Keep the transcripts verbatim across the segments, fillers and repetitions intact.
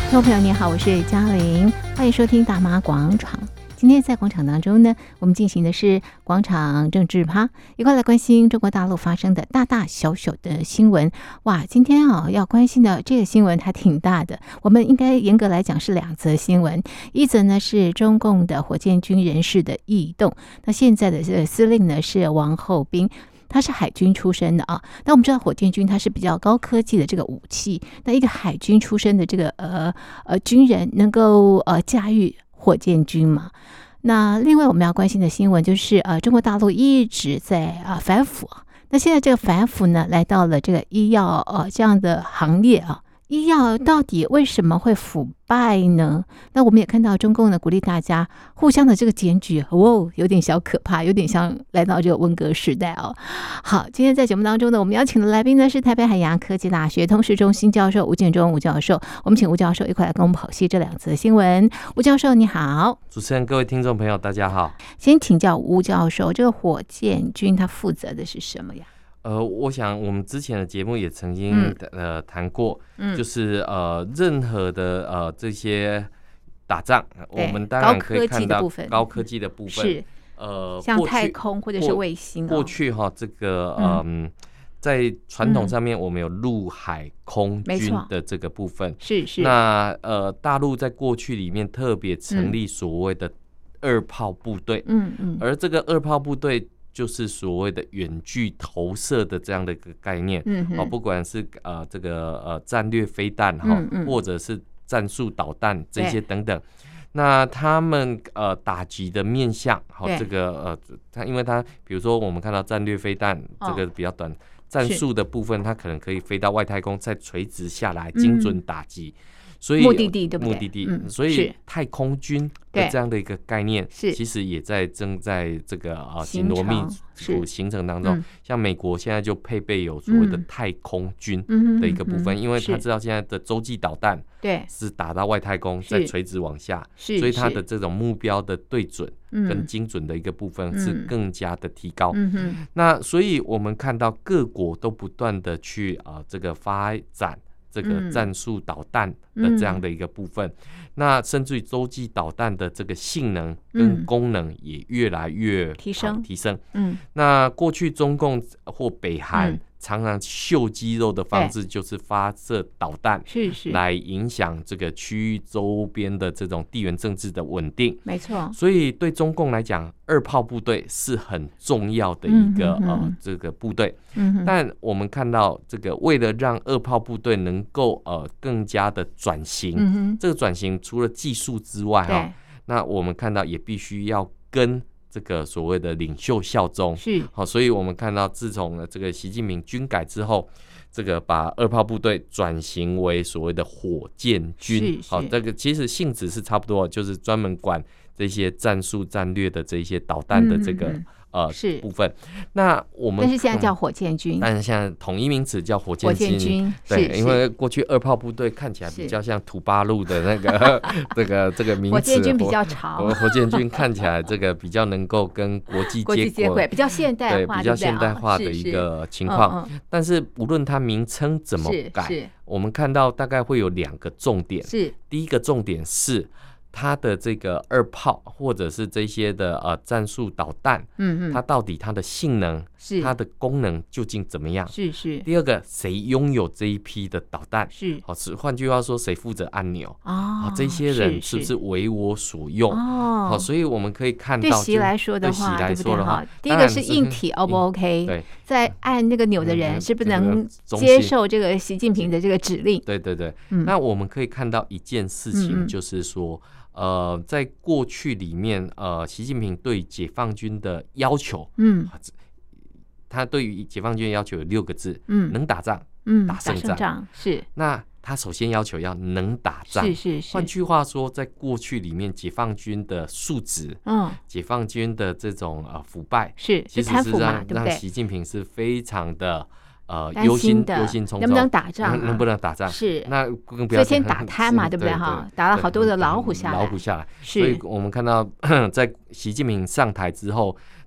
听众朋友你好，我是嘉玲，欢迎收听大妈广场。今天在广场当中呢，我们进行的是广场政治趴，一块来关心中国大陆发生的大大小小的新闻。哇，今天啊要关心的这个新闻还挺大的，我们应该严格来讲是两则新闻。一则呢是中共的火箭军人士的异动，那现在的这个司令呢是王厚斌。他是海军出身的啊，那我们知道火箭军它是比较高科技的这个武器，那一个海军出身的这个呃呃军人能够呃驾驭火箭军嘛？那另外我们要关心的新闻就是呃中国大陆一直在啊、呃、反腐，那现在这个反腐呢来到了这个医药呃这样的行业啊。医药到底为什么会腐败呢？那我们也看到中共呢鼓励大家互相的这个检举，哦，有点小可怕，有点像来到这个文革时代哦。好，今天在节目当中呢，我们邀请的来宾呢是台北海洋科技大学通识中心教授吴建中吴教授，我们请吴教授一块来跟我们剖析这两则新闻。吴教授你好。 主持人各位听众朋友大家好。 先请教吴教授，这个火箭军他负责的是什么呀？ 呃，我想我们之前的节目也曾经、嗯、呃谈过，嗯、就是呃任何的呃这些打仗，我们当然可以看到高科技的部分，是呃像太空或者是卫星、哦。 过去哈、哦、这个嗯、呃，在传统上面我们有陆海空军的这个部分， 是是。 那呃大陆在过去里面特别成立所谓的二炮部队，嗯嗯，而这个二炮部队。就是所谓的远距投射的这样的一个概念，嗯、哦，不管是呃这个呃战略飞弹哈、嗯嗯，或者是战术导弹这些等等，那他们呃打击的面向，好、哦、这个呃它因为它比如说我们看到战略飞弹这个比较短，哦、战术的部分它可能可以飞到外太空，再垂直下来精准打击。嗯，所以目的地对不对？ 目的地，嗯、所以太空军的这样的一个概念，其实也在正在这个啊紧锣密鼓形成当中、嗯。像美国现在就配备有所谓的太空军的一个部分，嗯、因为他知道现在的洲际导弹对是打到外太空，再垂直往下，所以它的这种目标的对准跟精准的一个部分是更加的提高。嗯嗯、那所以我们看到各国都不断的去啊这个发展。这个战术导弹的这样的一个部分，嗯、那甚至于洲际导弹的这个性能跟功能也越来越提升提升。嗯，那过去中共或北韩、嗯、常常秀肌肉的方式就是发射导弹，是是来影响这个区域周边的这种地缘政治的稳定。没错，所以对中共来讲，二炮部队是很重要的一个、嗯、呃这个部队。嗯，但我们看到这个为了让二炮部队能够呃更加的转型，嗯、这个转型除了技术之外哈、哦，那我们看到也必须要跟这个所谓的领袖效忠，是好，所以我们看到自从这个习近平军改之后，这个把二炮部队转型为所谓的火箭军，好，这个其实性质是差不多，就是专门管这些战术战略的这些导弹的这个。嗯嗯呃，是部分。那我们但是现在叫火箭军，但是现在统一名词叫火箭军。火箭军对，因为过去二炮部队看起来比较像土八路的那个这个这个名词，火箭军比较潮。火箭军看起来这个比较能够跟国际接轨，比较现代化，对，比较现代化的一个情况。但是无论它名称怎么改，我们看到大概会有两个重点。是第一个重点是。它的这个二炮或者是这些的呃战术导弹，嗯嗯，它到底它的性能、是它的功能究竟怎么样？是是。第二个，谁拥有这一批的导弹？是，好，是换句话说，谁负责按钮？哦，这些人是不是为我所用？哦，好，所以我们可以看到，对习来说的话，对不对？哈，第一个是硬体 O 不 OK？ 对，在按那个钮的人是不是能接受这个习近平的这个指令？对对对。那我们可以看到一件事情，就是说。呃，在过去里面，呃，习近平对解放军的要求，嗯，他对于解放军的要求有六个字，嗯，能打仗，嗯，打胜仗，仗是。那他首先要求要能打仗，是是是。换句话说，在过去里面，解放军的素质，嗯，解放军的这种呃腐败，是其实是让让习近平是非常的。呃，忧心忧心忡忡，能不能打仗、啊？能不能打仗？是那更不要先打贪嘛，对不对哈？打了好多的老虎下来，老虎下来。所以我们看到，在习近平上台之后，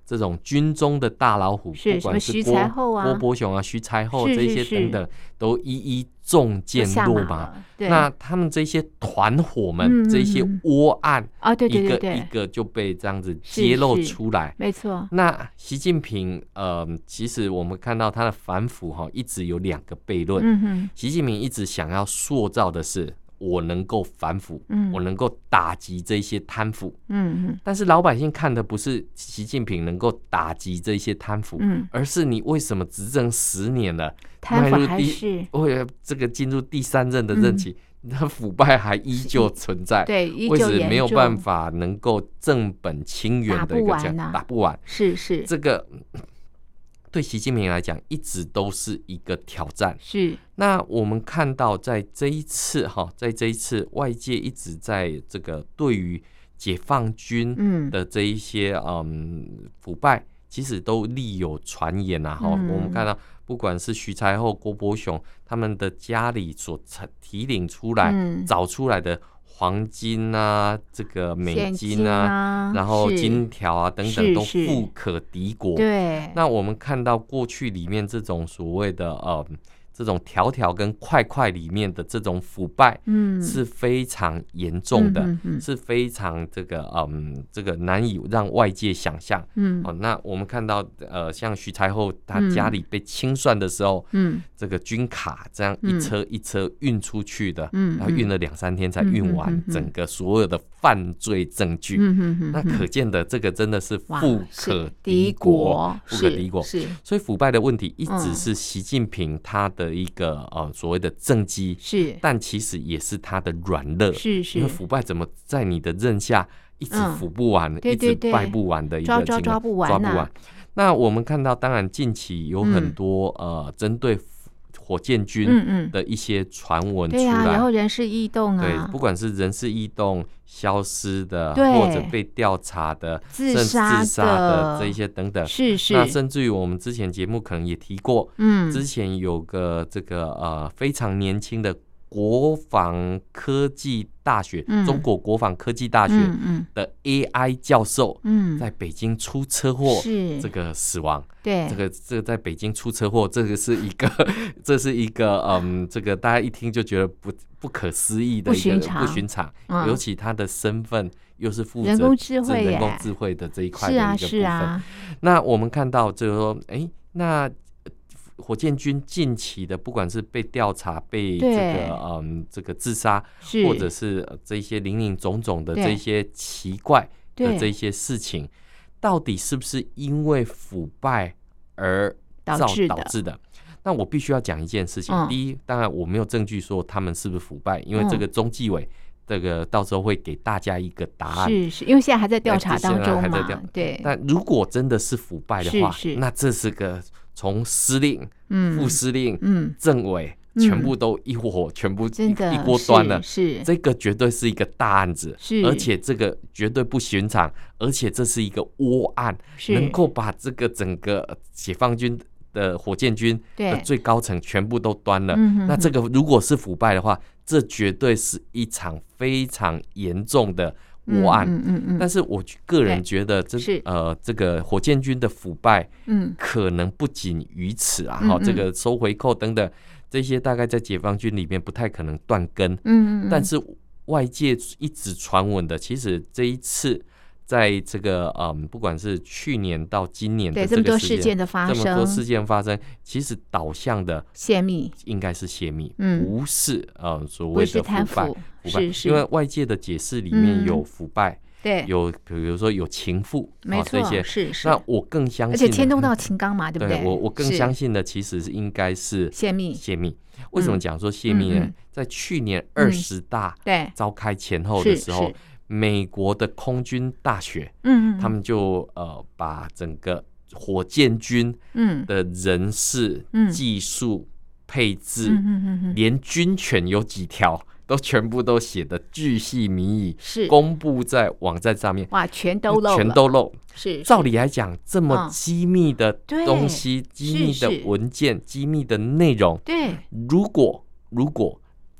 这种军中的大老虎， 是不管是徐才厚啊、 郭伯雄啊、徐才厚这些等等，都一一中箭落马。那他们这些团伙们，嗯、这些窝案啊，对对对对， 一个一个就被这样子揭露出来。 没错。 那习近平，呃，其实我们看到他的反腐哈，一直有两个悖论。 嗯哼， 习近平一直想要塑造的是，我能够反腐， 嗯， 我能够打击这些贪腐， 嗯嗯， 但是老百姓看的不是习近平能够打击这些贪腐， 嗯， 而是你为什么执政十年了， 贪腐还是为了这个进入第三任的任期，那、嗯、腐败还依旧存在， 对，依旧严重， 为什么没有办法能够正本清源的一个这样打不完、啊、 打不完？ 是是， 这个。对习近平来讲，一直都是一个挑战。 是， 那我们看到，在这一次哈，在这一次，外界一直在这个对于解放军的这一些 嗯, 嗯腐败，其实都力有传言啊。哈、嗯，我们看到，不管是徐才厚、郭伯雄他们的家里所提领出来、嗯、找出来的。黄金啊，这个美金 啊, 啊， 然后金条啊等等，都富可敌国。 对， 那我们看到过去里面这种所谓的呃。这种条条跟块块里面的这种腐败，嗯，是非常严重的，嗯嗯嗯，是非常这个嗯这个难以让外界想象，嗯，哦，那我们看到呃像徐才厚他家里被清算的时候，嗯，这个军卡这样一车一车运出去的，嗯，然后运了两三天才运完整个所有的犯罪证据，嗯嗯嗯，那可见的这个真的是富可敌国，富可敌国，是，所以腐败的问题一直是习近平他的。的一个呃所谓的政绩是， 但其实也是他的软肋， 是是， 因为腐败怎么在你的任下一直腐不完， 嗯、对对对一直败不完的一个抓抓抓不完、啊， 抓不完。那我们看到，当然近期有很多、嗯、呃针对火箭军的一些传闻出来， 对啊，然后人事异动啊， 对，不管是人事异动、消失的，或者被调查的、 自杀 的, 自杀的这一些等等， 是是。 那甚至于我们之前节目可能也提过，嗯，之前有个这个呃非常年轻的国防科技大学、嗯、中国国防科技大学的 A I 教授，嗯，在北京出车祸，是这个死亡。 对， 这个这个在北京出车祸，这个是一个，这是一个嗯，这个大家一听就觉得不不可思议的一个不寻常，嗯、尤其他的身份又是负责人工智慧人工智慧的这一块的一个部分。 是啊，是啊。 那我们看到就是说，哎，那火箭军近期的不管是被调查、被这个嗯这个自杀，或者是这些林林总总的这些奇怪的这些事情。到底是不是因为腐败而造导致 的, 导致的？那我必须要讲一件事情。嗯、第一，当然我没有证据说他们是不是腐败，因为这个中纪委这个到时候会给大家一个答案。 是是，因为现在还在调查当中嘛。对。 但如果真的是腐败的话，是是那这是个从司令、嗯、副司令、嗯、政委。全部都一火，嗯、全部 一, 一锅端了， 是, 是这个绝对是一个大案子，是而且这个绝对不寻常，而且这是一个窝案，能够把这个整个解放军的火箭军的最高层全部都端了。那这个如果是腐败的话，这绝对是一场非常严重的窝案。嗯嗯嗯、但是我个人觉得这，呃，这个火箭军的腐败，嗯，可能不仅于此啊，哈、嗯嗯，这个收回扣等等。这些大概在解放军里面不太可能断根，嗯嗯，但是外界一直传闻的，其实这一次在这个嗯，不管是去年到今年的这个这么多事件的发生， 这么多事件发生，其实导向的泄密应该是泄密，嗯，不是呃所谓的腐败，腐败， 是是， 因为外界的解释里面有腐败。嗯对， 有比如说有情妇， 没错， 这些是是。 那我更相信， 而且牵动到秦刚嘛，对不对？ 对我我更相信的其实是应该是泄密， 泄密。为什么讲说泄密呢？嗯、在去年二十大召开前后的时候，嗯、美国的空军大学，嗯，他们就呃把整个火箭军的人事、嗯、技术、配置，嗯嗯嗯嗯、连军权有几条。都全部都写的巨细靡遗，是公布在网站上面。 哇，全都漏了， 全都漏。 是, 是照理来讲，这么机密的东西、嗯、机密的文件、机密的内容， 对， 如果如果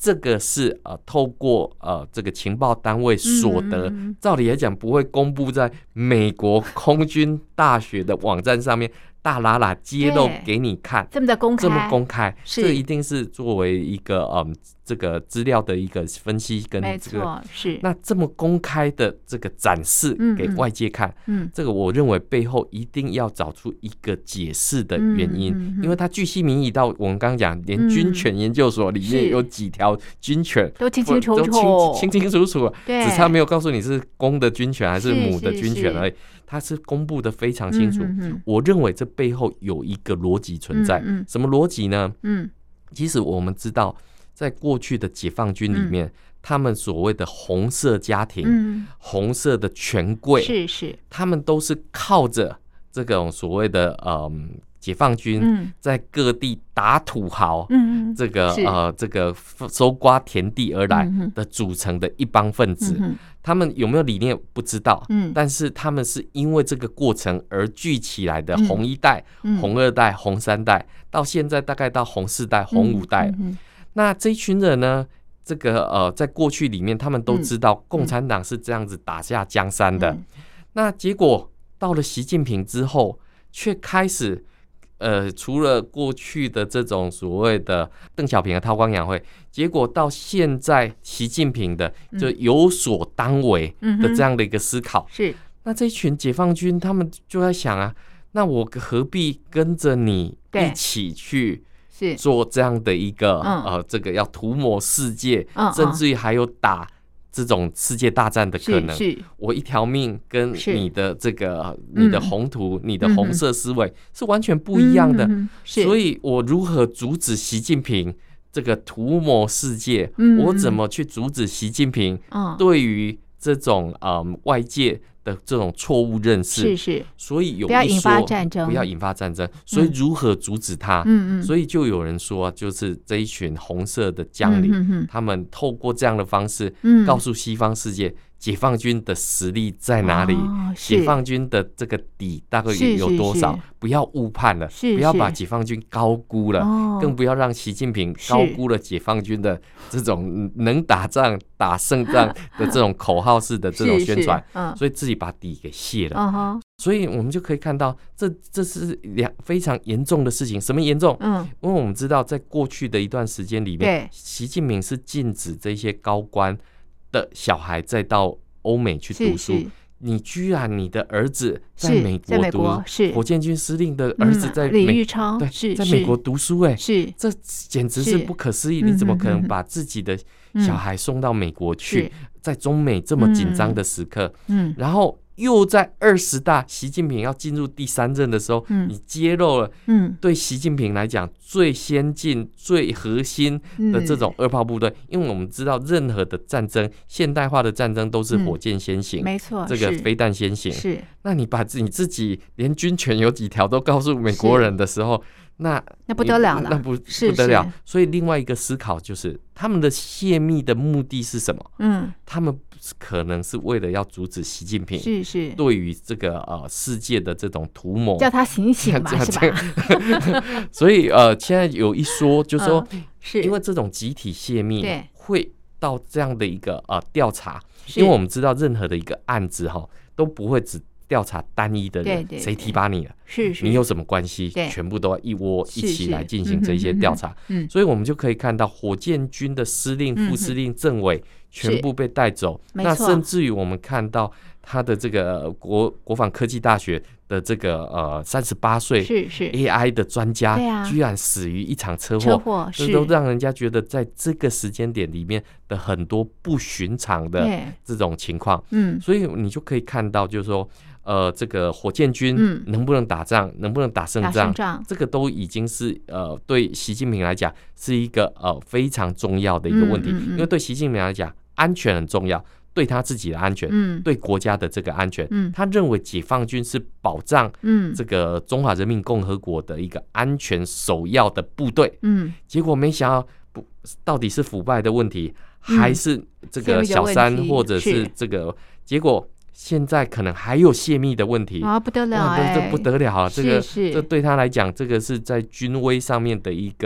这个是呃透过呃这个情报单位所得，嗯嗯嗯照理来讲不会公布在美国空军大学的网站上面。大喇喇揭露给你看， 这么的公开， 这么公开，这一定是作为一个嗯这个资料的一个分析跟这个是那这么公开的这个展示给外界看，嗯，嗯这个我认为背后一定要找出一个解释的原因，嗯嗯嗯、因为它巨细靡遗到我们刚刚讲，连军犬研究所里面有几条军犬、嗯、 都清清楚楚， 都清清楚楚，只差没有告诉你是公的军犬还是母的军犬而已。它是公布的非常清楚，嗯哼哼我认为这背后有一个逻辑存在，嗯嗯什么逻辑呢？嗯，其实我们知道，在过去的解放军里面，嗯、他们所谓的红色家庭、嗯、红色的权贵， 是是， 他们都是靠着这种所谓的嗯。解放军在各地打土豪，嗯、这个呃，这个搜刮田地而来的组成的一帮分子，嗯、他们有没有理念不知道，嗯、但是他们是因为这个过程而聚起来的红一代、嗯、红二代、红三代，到现在大概到红四代、红五代。嗯嗯、那这一群人呢，这个呃，在过去里面，他们都知道共产党是这样子打下江山的，嗯、那结果到了习近平之后，却开始。呃，除了过去的这种所谓的邓小平的韬光养晦，结果到现在习近平的就有所当为的这样的一个思考。嗯、是，那这群解放军他们就在想啊，那我何必跟着你一起去做这样的一个呃，这个要涂抹世界，嗯、甚至于还有打。这种世界大战的可能，是是我一条命跟你的这个你的宏图、你的红色思维是完全不一样的，嗯、所以我如何阻止习近平这个涂抹世界？嗯、我怎么去阻止习近平对于这种嗯外界的这种错误认识？是是，所以有一说不要引发战争，不要引发战争。所以如何阻止它？嗯嗯，所以就有人说，就是这一群红色的将领，嗯嗯、他们透过这样的方式，嗯、告诉西方世界。解放军的实力在哪里？哦、解放军的这个底大概有多少？是是是不要误判了，是是不要把解放军高估了，哦、更不要让习近平高估了解放军的这种能打仗、打胜仗的这种口号式的这种宣传，嗯、所以自己把底给卸了。哦、所以我们就可以看到，这这是两非常严重的事情。什么严重？嗯，因为我们知道，在过去的一段时间里面，习近平是禁止这些高官。的小孩再到欧美去读书，你居然你的儿子在美国读，火箭军司令的儿子在美、嗯、李玉超对是在美国读书、欸，哎，是这简直是不可思议！你怎么可能把自己的小孩送到美国去？嗯、在中美这么紧张的时刻，嗯，然后。又在二十大，习近平要进入第三任的时候，嗯、你揭露了，嗯，对习近平来讲最先进、最核心的这种二炮部队，嗯、因为我们知道，任何的战争，现代化的战争都是火箭先行，嗯、没错，这个飞弹先行。是，那你把你自己连军权有几条都告诉美国人的时候，那那不得了了， 那不不得了。所以另外一个思考就是，他们的泄密的目的是什么？嗯，他们。可能是为了要阻止习近平是是对于这个呃世界的这种涂抹， 叫他醒醒吧，是吧？ 所以呃，现在有一说，就是说，嗯、是因为这种集体泄密会到这样的一个呃调查，因为我们知道任何的一个案子哈都不会只调查单一的人，谁提拔你了，是是，你有什么关系，全部都要一窝一起来进行这些调查。嗯，所以我们就可以看到火箭军的司令、副司令、政委。全部被带走，那甚至于我们看到他的这个国国防科技大学的这个呃三十八岁是是 A I 的专家，啊、居然死于一场车祸，车祸这都让人家觉得在这个时间点里面的很多不寻常的这种情况。嗯，所以你就可以看到，就是说。呃，这个火箭军能不能打仗，嗯、能不能打胜仗，这个都已经是呃对习近平来讲是一个呃非常重要的一个问题，嗯嗯嗯因为对习近平来讲，安全很重要，对他自己的安全，嗯、对国家的这个安全，嗯、他认为解放军是保障这个中华人民共和国的一个安全首要的部队，嗯、结果没想到不到底是腐败的问题，嗯、还是这个小三或者是这个结果。现在可能还有泄密的问题啊，不得了、欸， 这不得了啊！这个这对他来讲，这个是在军威上面的一个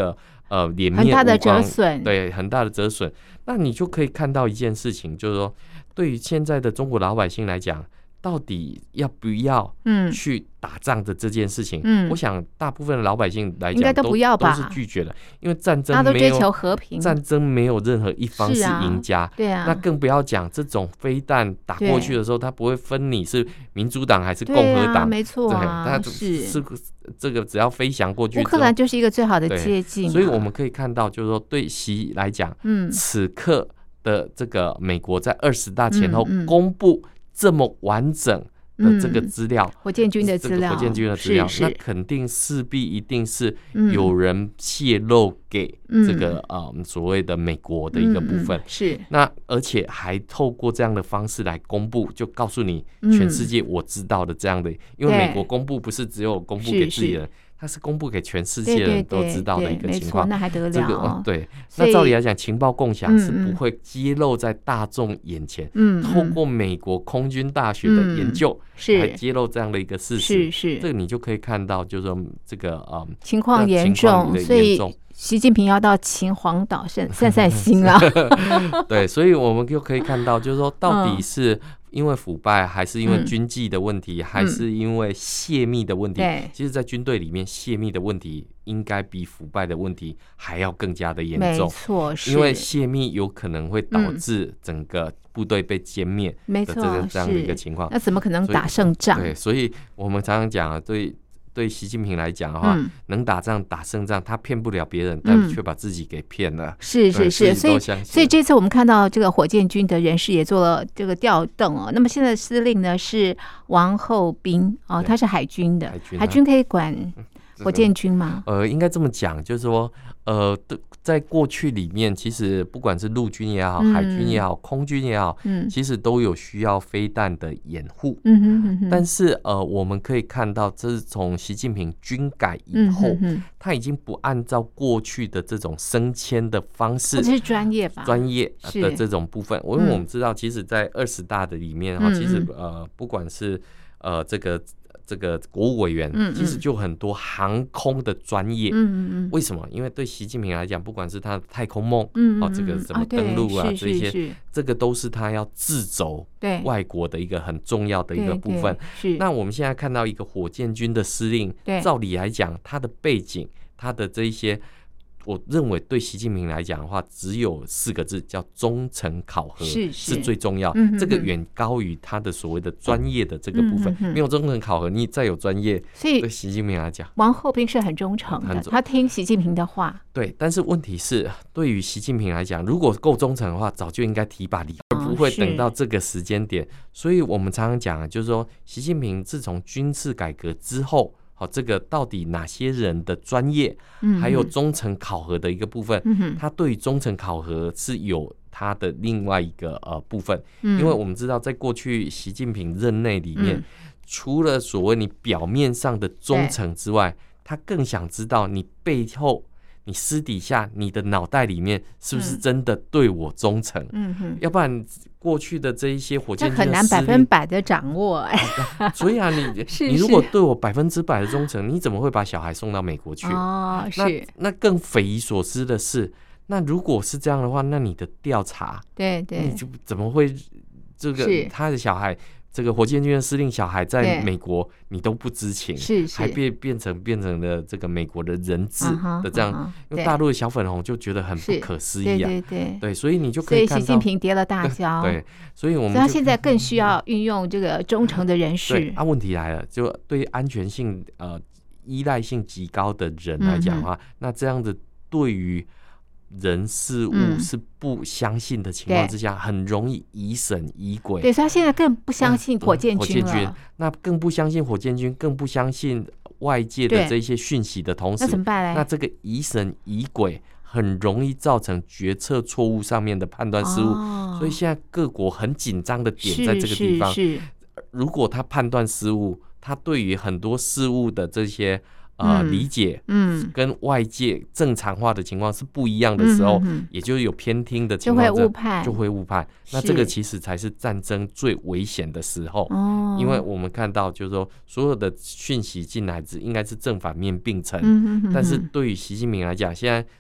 呃脸面很大的折损， 对，很大的折损。那你就可以看到一件事情，就是说，对于现在的中国老百姓来讲，到底要不要去打仗的这件事情，嗯，我想大部分的老百姓来讲应该都不要吧， 都是拒绝的，因为战争大家都追求和平， 战争没有任何一方是赢家， 啊对啊， 那更不要讲这种飞弹打过去的时候，它不会分你是民主党还是共和党， 啊、没错啊， 它是是这个只要飞翔过去， 乌克兰就是一个最好的接近、啊， 所以我们可以看到，就是说对习来讲，嗯，此刻的这个美国在二十大前后公布这么完整的这个资料， 嗯、火箭军的资料， 火箭军的资料，那肯定势必一定是有人泄露给这个、嗯呃、所谓的美国的一个部分， 嗯嗯、是那而且还透过这样的方式来公布，就告诉你全世界我知道的这样的，嗯、因为美国公布不是只有公布给自己人。它是公布给全世界人都知道的一个情况， 那还得了？ 这个对，那照理来讲，情报共享是不会揭露在大众眼前。嗯，透过美国空军大学的研究，是来揭露这样的一个事实。 是是， 这个你就可以看到，就是说这个呃情况严重，所以习近平要到秦皇岛散散散心了。 对，所以我们就可以看到，就是说到底是因为腐败，还是因为军纪的问题，嗯、还是因为泄密的问题？ 对， 其实，在军队里面，泄密的问题应该比腐败的问题还要更加的严重。 没错，是因为泄密有可能会导致整个部队被歼灭的这个这样的一个情况。 那怎么可能打胜仗？ 对，所以我们常常讲啊，对。对习近平来讲的话，嗯、能打仗打胜仗，他骗不了别人，但却把自己给骗了。嗯、 是是是，所以所以这次我们看到这个火箭军的人士也做了这个调动哦。那么现在司令呢是王厚斌哦，他是海军的，海军、啊、海军可以管火箭军吗？ 呃，应该这么讲，就是说，呃，在过去里面，其实不管是陆军也好，嗯、海军也好，空军也好，嗯、其实都有需要飞弹的掩护。嗯哼哼哼，但是呃，我们可以看到，这是从习近平军改以后，嗯、哼哼他已经不按照过去的这种升迁的方式， 这是专业吧？ 专业的这种部分，因为我们知道，其实，在二十大的里面哈，嗯、其实呃，不管是呃这个。这个国务委员其实就很多航空的专业，嗯嗯，为什么？因为对习近平来讲，不管是他的太空梦，嗯哦，这个什么登陆啊，这些，这个都是他要自走外国的一个很重要的一个部分。是。那我们现在看到一个火箭军的司令，照理来讲，他的背景，他的这一些。我认为对习近平来讲的话，只有四个字，叫忠诚考核，是, 是, 是最重要。嗯、哼哼这个远高于他的所谓的专业的这个部分。嗯、哼哼没有忠诚考核，你再有专业，所以对习近平来讲， 王厚斌是很忠诚的，他听习近平的话。 对，但是问题是，对于习近平来讲，如果够忠诚的话，早就应该提拔你，而不会等到这个时间点。所以我们常常讲，就是说，习近平自从军事改革之后。好，这个到底哪些人的专业，还有忠诚考核的一个部分，嗯、他对于忠诚考核是有他的另外一个呃部分，嗯、因为我们知道，在过去习近平任内里面，嗯、除了所谓你表面上的忠诚之外，他更想知道你背后。你私底下，你的脑袋里面是不是真的对我忠诚？嗯哼，要不然过去的这一些火箭军的很难百分百的掌握哎。 所以啊，你你如果对我百分之百的忠诚，你怎么会把小孩送到美国去？ 哦，是。 那那更匪夷所思的是，那如果是这样的话，那你的调查， 对对， 你就怎么会这个他的小孩？这个火箭军的司令小孩在美国，你都不知情， 是是还变变成变成了这个美国的人质的这样， uh-huh, uh-huh, 因为大陆的小粉红就觉得很不可思议啊， 对对对， 对，所以你就可以看到， 所以习近平跌了大跤， 对，所以我们所以他现在更需要运用这个忠诚的人士。 对，啊，问题来了，就对安全性呃依赖性极高的人来讲的话，嗯、那这样子对于人事物是不相信的情况之下，嗯、很容易疑神疑鬼。 对，所以他现在更不相信火箭军了。嗯、火箭军， 那更不相信火箭军，更不相信外界的这些讯息的同时， 那怎么办呢？ 那这个疑神疑鬼很容易造成决策错误上面的判断失误。哦、所以现在各国很紧张的点在这个地方。 是是是， 如果他判断失误，他对于很多事物的这些。呃，嗯、理解，嗯，跟外界正常化的情况是不一样的时候，嗯、哼哼也就是有偏听的情况， 就会误判， 就会误判。那这个其实才是战争最危险的时候，哦，因为我们看到，就是说，所有的讯息进来，只应该是正反面并存。嗯、哼哼哼但是对于习近平来讲，现在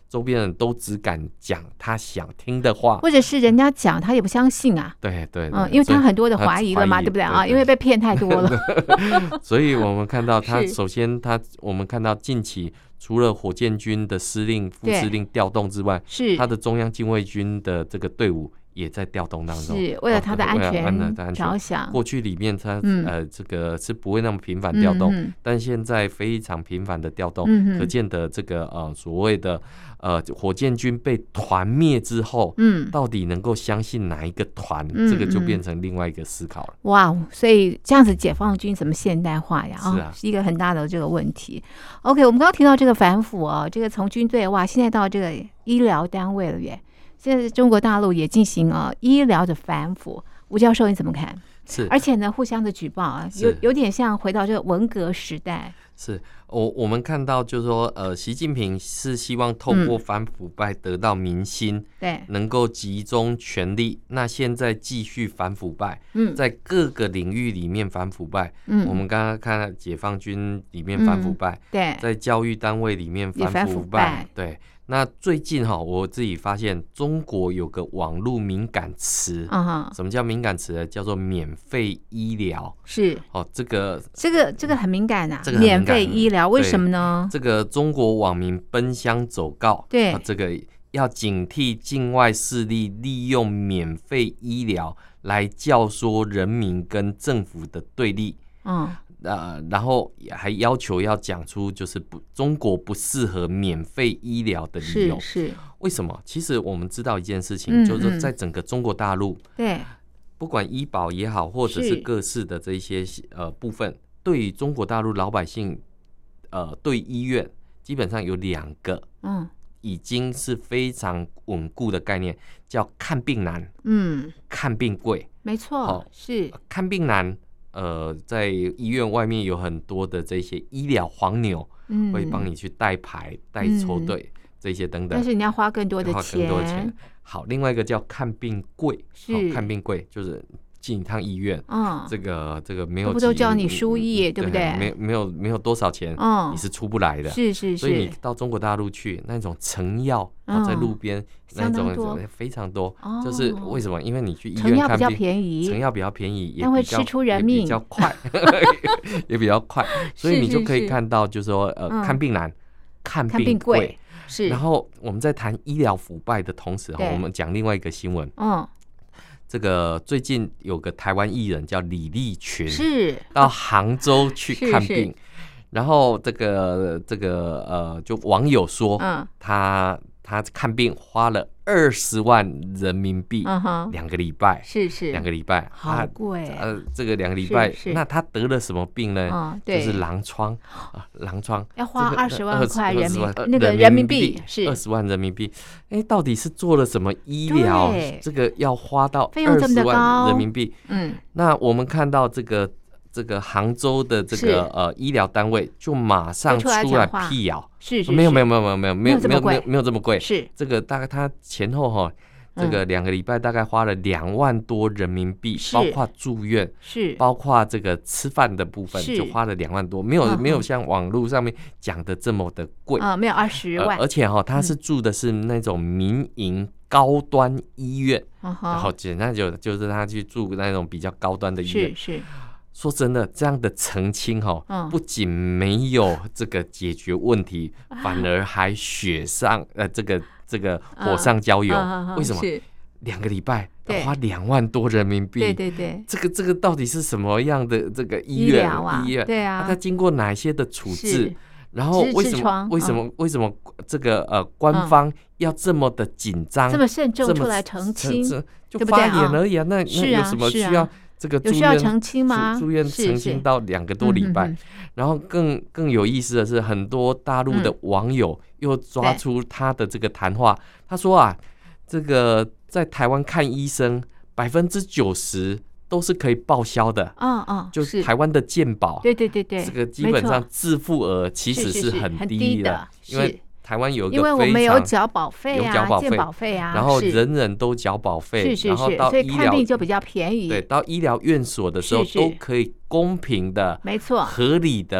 周边人都只敢讲他想听的话， 或者是人家讲他也不相信啊。 对对， 嗯，因为他很多的怀疑了嘛，对不对啊？因为被骗太多了。 所以我们看到他，首先他，我们看到近期除了火箭军的司令、副司令调动之外， 是他的中央禁卫军的这个队伍也在调动当中， 是为了他的安全着想。 过去里面他、嗯、呃这个是不会那么频繁调动，嗯、但现在非常频繁的调动，嗯、可见的这个呃所谓的呃火箭军被团灭之后，嗯，到底能够相信哪一个团、嗯？这个就变成另外一个思考了。 哇，所以这样子解放军怎么现代化呀？ 是啊， 是一个很大的这个问题。OK， 我们刚刚提到这个反腐啊，这个从军队哇，现在到这个医疗单位了耶。现在中国大陆也进行呃医疗的反腐，吴教授你怎么看？ 是， 而且呢，互相的举报啊，有有点像回到这个文革时代。 是，我我们看到就是说，呃，习近平是希望透过反腐败得到民心，对、嗯，能够集中权力。那现在继续反腐败，嗯，在各个领域里面反腐败，嗯，我们刚刚看到解放军里面反腐败，嗯、对，在教育单位里面反腐败，对。那最近哈，我自己发现中国有个网络敏感词，uh-huh. 什么叫敏感词呢？叫做免费医疗。是哦，这个这个这个很敏感啊，这个免费医疗为什么呢？ 这个中国网民奔相走告，对、啊，这个要警惕境外势力利用免费医疗来教唆人民跟政府的对立。嗯。呃，然后还要求要讲出就是不中国不适合免费医疗的理由。是，是为什么？其实我们知道一件事情，嗯、就是在整个中国大陆，对，不管医保也好，或者是各式的这一些呃部分，对于中国大陆老百姓，呃，对医院基本上有两个，嗯，已经是非常稳固的概念，叫看病难，嗯，看病贵， 没错，哦、是看病难。呃，在医院外面有很多的这些医疗黄牛，嗯、会帮你去代牌、代抽队、嗯、这些等等。 但是你要花更多的钱。 花更多钱。好，另外一个叫看病贵，是、哦、看病贵就是进一趟医院，嗯，这个这个没有， 不都叫你输液，对不对？ 没没有没有多少钱，嗯，你是出不来的。 是是是。 所以你到中国大陆去，那种成药，嗯、在路边那种非常多，哦，就是为什么？因为你去医院看病，成药比较便宜， 成药比较便宜，也但会吃出人命， 也比较快，也比较快。所以你就可以看到，就是说，呃，嗯、看病难，看病贵。是。然后我们在谈医疗腐败的同时，我们讲另外一个新闻，嗯。这个最近有个台湾艺人叫李立群，是到杭州去看病，是是然后这个这个呃，就网友说，嗯，他他看病花了二十万人民币，嗯两个礼拜，是是两个礼拜， 好贵， 呃，这个两个礼拜，那他得了什么病呢？嗯、就是狼疮啊，狼疮要花二十万块人民那个人民币，是二十万人民币。哎，到底是做了什么医疗？这个要花到二十万人民币。嗯，那我们看到这个。这个杭州的这个呃医疗单位就马上出来辟谣， 是是没有没有没有没有没有没有没有没有没有这么贵， 是这个大概他前后哈，这个两个礼拜大概花了两万多人民币，包括住院，是包括这个吃饭的部分，就花了两万多，没有没有像网络上面讲的这么的贵啊，没有二十万， 而且哈他是住的是那种民营高端医院，然后简单就就是他去住那种比较高端的医院，是是。说真的，这样的澄清哈、嗯，不仅没有这个解决问题，啊、反而还雪上呃这个这个火上浇油。啊、为什么？两个礼拜要花两万多人民币？ 对对对， 这个这个到底是什么样的这个医院？医, 啊、医院对啊， 它经过哪些的处置？然后为什么为什么、嗯、为什么这个呃官方要这么的紧张、 嗯，这么慎重出来澄清， 就发言而已啊？那那有什么需要？这个住院有需要澄清吗？ 住院澄清到两个多礼拜，然后更更有意思的是，很多大陆的网友又抓出他的这个谈话，嗯、他说啊，这个在台湾看医生百分之九十都是可以报销的，嗯嗯，就是台湾的健保， 对对对对， 这个基本上自付额其实是很低的，因为。台湾有一个非常， 因为我们有缴保费啊，健保费啊， 然后人人都缴保费， 是是是， 然后到所以看病就比较便宜。 对，到医疗院所的时候都可以公平的、 没错、 合理的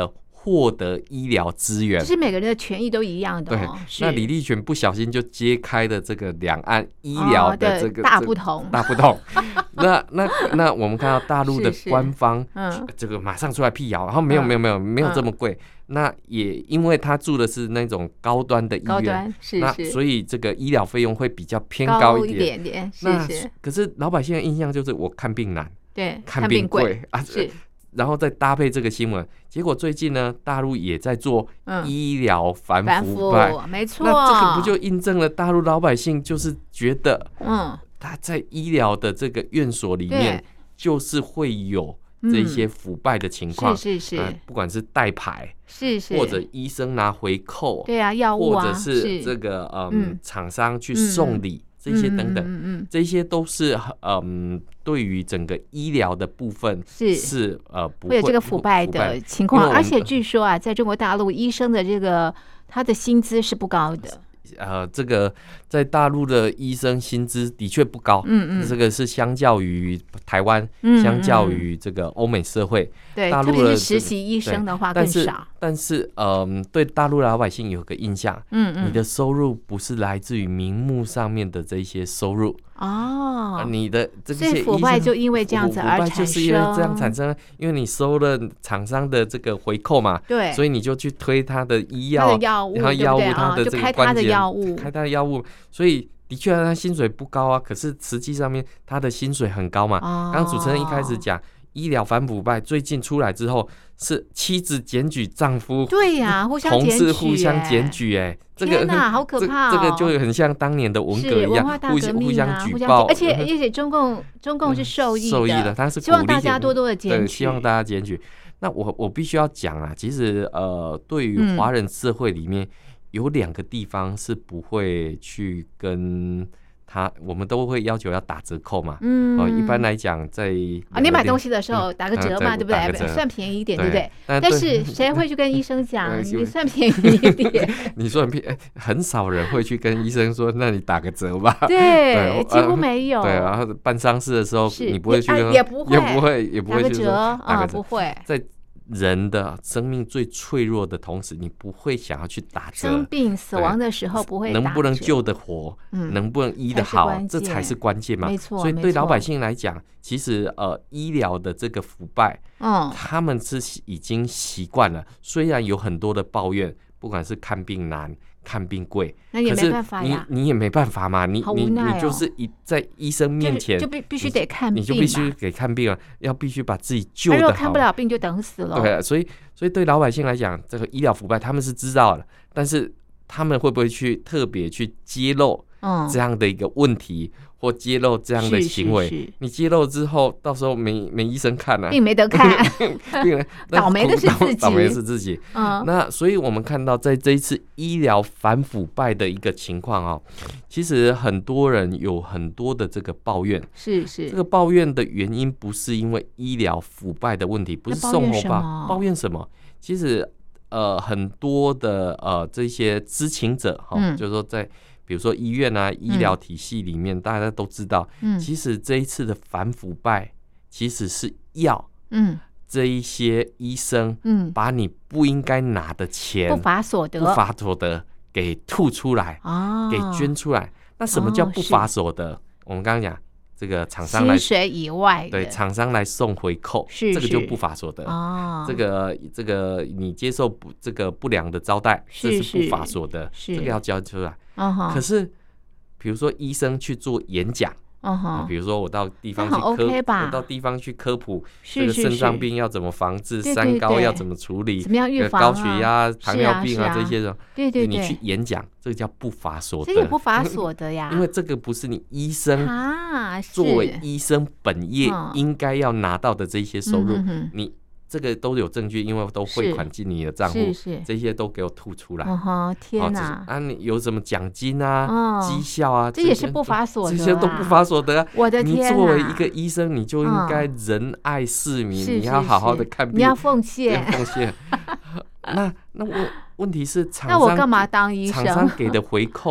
获得医疗资源， 就是每个人的权益都一样的、哦。 对，那李立权不小心就揭开了这个两岸医疗的这个、 哦、大不同， 大不同。那那那我们看到大陆的官方，是是嗯，这个马上出来辟谣，然后没有、嗯、没有没有没有这么贵。嗯，那也因为他住的是那种高端的医院， 是是， 那所以这个医疗费用会比较偏高一点。 高一点点， 那是是。 可是老百姓的印象就是我看病难， 对， 看病贵啊， 是。 然后再搭配这个新闻，结果最近呢，大陆也在做医疗反腐败， 嗯、没错。 那这个不就印证了大陆老百姓就是觉得，嗯，他在医疗的这个院所里面，就是会有这些腐败的情况， 嗯、是是是、呃， 不管是代牌， 是是， 或者医生拿回扣， 对啊，药物啊， 或者是这个嗯厂商去送礼。嗯，这些等等，嗯嗯嗯、这些都是嗯，对于整个医疗的部分是是呃不会有这个腐败的情况，而且据说啊，在中国大陆医生的这个他的薪资是不高的。 呃，这个在大陆的医生薪资的确不高，嗯嗯，这个是相较于台湾，嗯、相较于这个欧美社会， 对， 大陆的特别是实习医生的话更少。 但是，嗯、呃，对大陆的老百姓有个印象，嗯嗯，你的收入不是来自于名目上面的这些收入。哦，你的这些所以腐败就因为这样子而产生，腐败就是因为这样产生，因为你收了厂商的这个回扣嘛， 对， 所以你就去推他的医药， 他的药物， 然后药物它的这个关键， 药物开他的药物，所以的确他薪水不高啊，可是实际上面他的薪水很高嘛。哦，刚刚主持人一开始讲医疗反腐败，最近出来之后是妻子检举丈夫， 对呀、啊，互相同事互相检举，哎，这个天哪，好可怕、哦这！这个就很像当年的文革一样， 啊、 互相互相举报， 而且而且中共中共是受益的， 受益的，他是希望大家多多的检举， 希望大家检举。那我我必须要讲啊，其实呃，对于华人社会里面、嗯、有两个地方是不会去跟他，我们都会要求要打折扣嘛。嗯、呃，一般来讲，在啊、哦，你买东西的时候打个折嘛，嗯、对不对？算便宜一点，对不对？但是谁会去跟医生讲你算便宜一点？ 你说很便，很少人会去跟医生说，那你打个折吧。 对，对几乎没有。 对，然后办丧事的时候，你不会去跟， 也不会， 也不会，也不会打个折啊， 不会。 在人的生命最脆弱的同时，你不会想要去打折。 生病死亡的时候不会打折， 能不能救得活，嗯、能不能医得好，这才是关键嘛。 没错， 所以对老百姓来讲，其实呃医疗的这个腐败，嗯，他们是已经习惯了。虽然有很多的抱怨，不管是看病难、看病贵， 那也没办法呀。你你也没办法嘛，你、 哦、 你你就是一在医生面前， 就必必须得看病， 你就必须给看病啊，要必须把自己救得好。 如果看不了病，就等死了。 对、啊，所以所以对老百姓来讲，这个医疗腐败他们是知道的，但是他们会不会去特别去揭露这样的一个问题？嗯，或揭露这样的行为，是是是，你揭露之后，到时候没没医生看啊， 病没得看， 病人倒霉的是自己， 倒霉的是自己。嗯，那所以我们看到，在这一次医疗反腐败的一个情况哦，其实很多人有很多的这个抱怨， 是是， 这个抱怨的原因不是因为医疗腐败的问题，不是送红包，抱怨什么？其实呃，很多的呃这些知情者哈、哦嗯，就是说在。比如说医院啊，医疗体系里面，嗯、大家都知道、嗯，其实这一次的反腐败，其实是要嗯这一些医生嗯把你不应该拿的钱、 不法所得、 不法所得给吐出来，哦，给捐出来。那什么叫不法所得？哦、我们刚刚讲这个厂商来薪水以外， 对，厂商来送回扣， 是这个就不法所得。哦，这个这个你接受不这个不良的招待， 是这是不法所得， 是这个要交出来。 Uh-huh. 可是，比如说医生去做演讲， uh-huh. 比如说我到地方去科， OK 吧， 我到地方去科普是这个肾脏病要怎么防治， 是是是， 三高要怎么处理， 怎么样预防、啊、 高血压、糖尿病啊， 啊这些的， 对对对， 你去演讲，这个叫不法所得， 这个不法所得呀， 因为这个不是你医生啊， 作为医生本业应该要拿到的这些收入，嗯、你。这个都有证据，因为都汇款进你的账户，这些都给我吐出来。 哦天哪！ 啊，你有什么奖金啊、哦、绩效啊， 这也是不法所得、啊， 这些都不法所得、啊。 我的天！ 你作为一个医生，你就应该仁爱市民， 嗯、 你要好好的看病， 你要奉献， 要奉献。那那我问题是厂商，那我干嘛当医生？ 厂商给的回扣。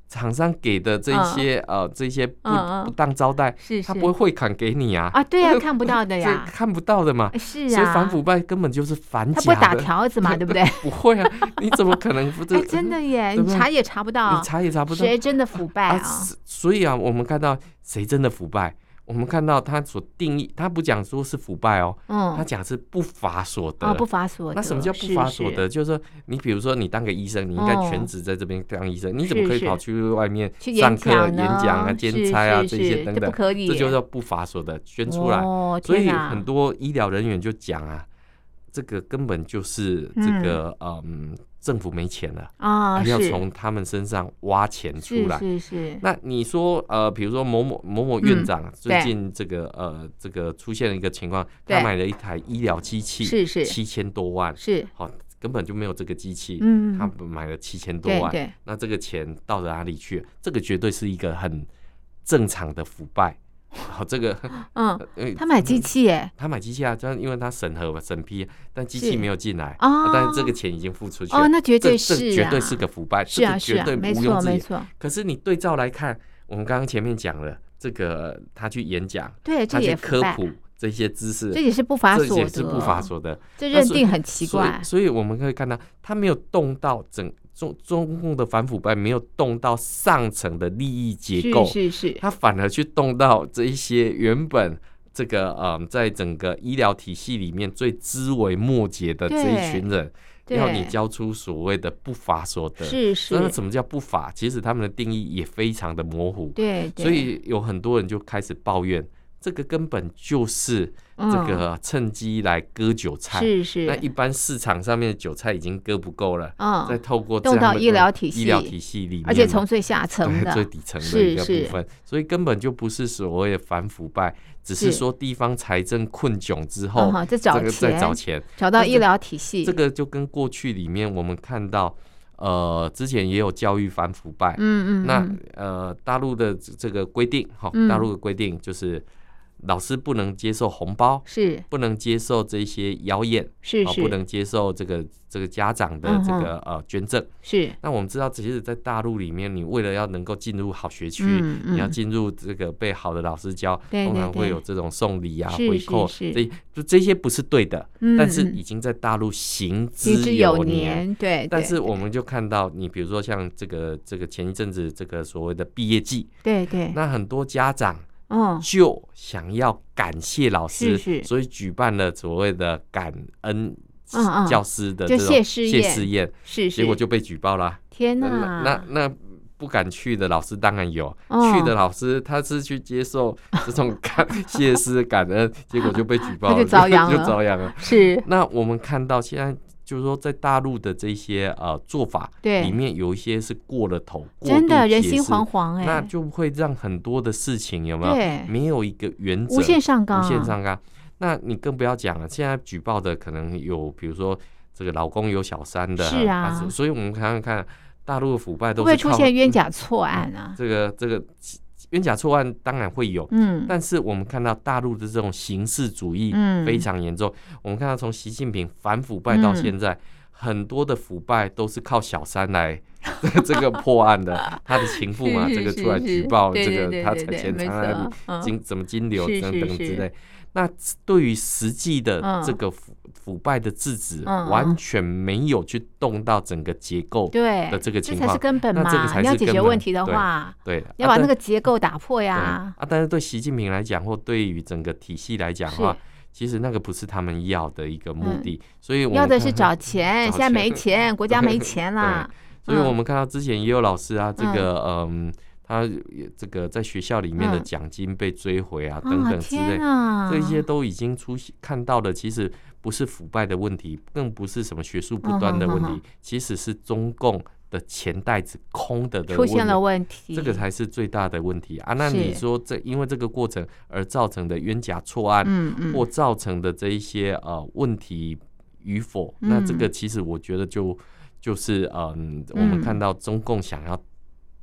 厂商给的这些、嗯、呃这些不、嗯、不当招待， 是是他不会汇款给你啊。 啊，对啊，看不到的呀， 看不到的嘛。 是啊， 所以反腐败根本就是反假的。 他不会打条子嘛，对不对？ 不会啊，你怎么可能不？ 哎，真的耶，你查也查不到， 你查也查不到， 谁真的腐败啊？啊所以啊，我们看到谁真的腐败。我们看到他所定义，他不讲说是腐败哦，嗯，他讲是不法所得。 哦，不法所得。 那什么叫不法所得？是是就是说，你比如说你当个医生，你应该全职在这边当医生，哦、你怎么可以跑去外面上课、演讲啊、兼差啊这些等等？ 这不可以， 这就叫不法所得，捐出来。 哦、 所以很多医疗人员就讲啊，这个根本就是这个 嗯, 嗯，政府没钱了啊，要从他们身上挖钱出来。 是是是。 那你说呃，比如说某某某某院长、嗯、最近这个呃这个出现了一个情况，他买了一台医疗机器， 是是七千多万， 是好、哦、根本就没有这个机器， 嗯， 他买了七千多万， 对对， 那这个钱到哪里去？这个绝对是一个很正常的腐败。好、哦，这个， 嗯，他买机器耶， 他买机器啊，因为他审核嘛，审批，但机器没有进来， 哦， 但是这个钱已经付出去了， 哦，那绝对是、啊， 这绝对是个腐败， 是啊， 这个绝对毋庸置疑。 没错， 可是你对照来看，我们刚刚前面讲了，这个他去演讲， 对， 他去科普这些知识， 这也是不法所得， 这也是不法所得， 这认定很奇怪。 所以，所以我们可以看到，他没有动到整。中中共的反腐败没有动到上层的利益结构， 是是是， 他反而去动到这一些原本这个嗯，在整个医疗体系里面最枝微末节的这一群人，要你交出所谓的不法所得。 是是， 那什么叫不法？其实他们的定义也非常的模糊。 对， 所以有很多人就开始抱怨。这个根本就是这个趁机来割韭菜， 嗯、是是。 那一般市场上面的韭菜已经割不够了，嗯，再透过动到医疗体系、 医疗体系里面， 而且从最下层的、 最底层的一个部分，所以根本就不是所谓的反腐败，只是说地方财政困窘之后， 嗯、这个在找钱， 找到医疗体系， 这个就跟过去里面我们看到。呃，之前也有教育反腐败， 嗯嗯， 那呃，大陆的这个规定，哈、 嗯， 大陆的规定就是老师不能接受红包， 是不能接受这些谣言， 是是、 哦，不能接受这个这个家长的这个、嗯、呃捐赠， 是。 那我们知道，其实，在大陆里面，你为了要能够进入好学区， 嗯嗯、 你要进入这个被好的老师教， 对对对， 通常会有这种送礼啊、 是回扣， 是是这就这些不是对的， 嗯、 但是已经在大陆行之有年， 对。 但是我们就看到，你比如说像这个这个前一阵子这个所谓的毕业季， 对对， 那很多家长。 嗯， 就想要感谢老师， 是是， 所以举办了所谓的感恩教师的这种谢师宴， 谢师宴， 是是， 结果就被举报了。 天哪！ 那那那不敢去的老师当然有，哦、去的老师他是去接受这种感谢师感恩，结果就被举报了， 就遭殃了， 就遭殃了。 是。 那我们看到现在。就是说，在大陆的这些呃做法，里面有一些是过了头， 真的人心惶惶哎、欸， 那就会让很多的事情有没有没有一个原则， 无限上纲， 无限上纲。那你更不要讲了，现在举报的可能有，比如说这个老公有小三的， 是啊， 所以我们看看看大陆的腐败都是会不会出现冤假错案啊？ 这个这个。冤假错案当然会有， 嗯， 但是我们看到大陆的这种形式主义非常严重。嗯、我们看到从习近平反腐败到现在，嗯、很多的腐败都是靠小三来这个破案的，他的情妇嘛，这个出来举报这个他在钱藏哪里，金怎么金流等等之类。那对于实际的这个腐腐败的制止， 嗯、 完全没有去动到整个结构的这个情况， 这才是根本嘛。 那这个才是你要解决问题的话， 对， 要把那个结构打破呀。 啊，但是对习近平来讲，或对于整个体系来讲的话，其实那个不是他们要的一个目的，嗯、所以我们要的是找钱，现在没钱，国家没钱啦。 所以我们看到之前也有老师啊，这个嗯。他这个在学校里面的奖金被追回啊，嗯、等等之类， 啊、 这些都已经出现看到的，其实不是腐败的问题，更不是什么学术不端的问题，嗯、其实是中共的钱袋子空的的出现了问题， 这个才是最大的问题啊。那你说这因为这个过程而造成的冤假错案， 嗯嗯、 或造成的这一些呃问题与否，嗯、那这个其实我觉得就就是嗯，我们看到中共想要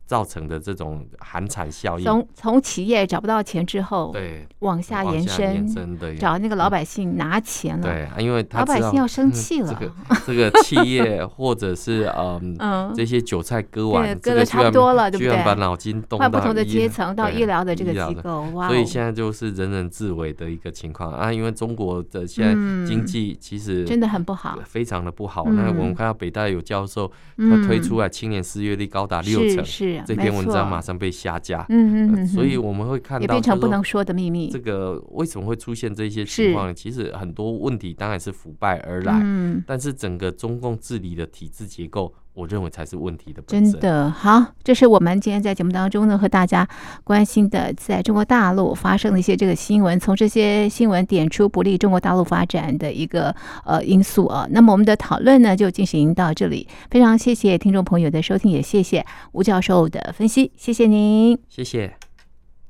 造成的这种寒蝉效应， 从从企业找不到钱之后， 对， 往下延伸， 延伸对， 找那个老百姓拿钱了， 对、啊，因为他老百姓要生气了， 嗯、这个这个企业或者是嗯, 嗯这些韭菜割完， 割的差不多了，对不对？ 居然把脑筋动到换不同的阶层到医疗的这个机构，哇、哦！ 所以现在就是人人自危的一个情况啊，因为中国的现在经济其实真的很不好， 非常的不好。嗯、那我们看到北大有教授，他推出来青年失业率高达六成， 是这篇文章马上被下架。 嗯嗯嗯、呃， 所以我们会看到也变成不能说的秘密。 这个为什么会出现这些情况呢？其实很多问题当然是腐败而来，嗯、但是整个中共治理的体制结构，我认为才是问题的本身。 真的好，这是我们今天在节目当中呢和大家关心的，在中国大陆发生的一些这个新闻，从这些新闻点出不利中国大陆发展的一个呃因素啊。那么我们的讨论呢就进行到这里，非常谢谢听众朋友的收听，也谢谢吴教授的分析，谢谢您， 谢谢。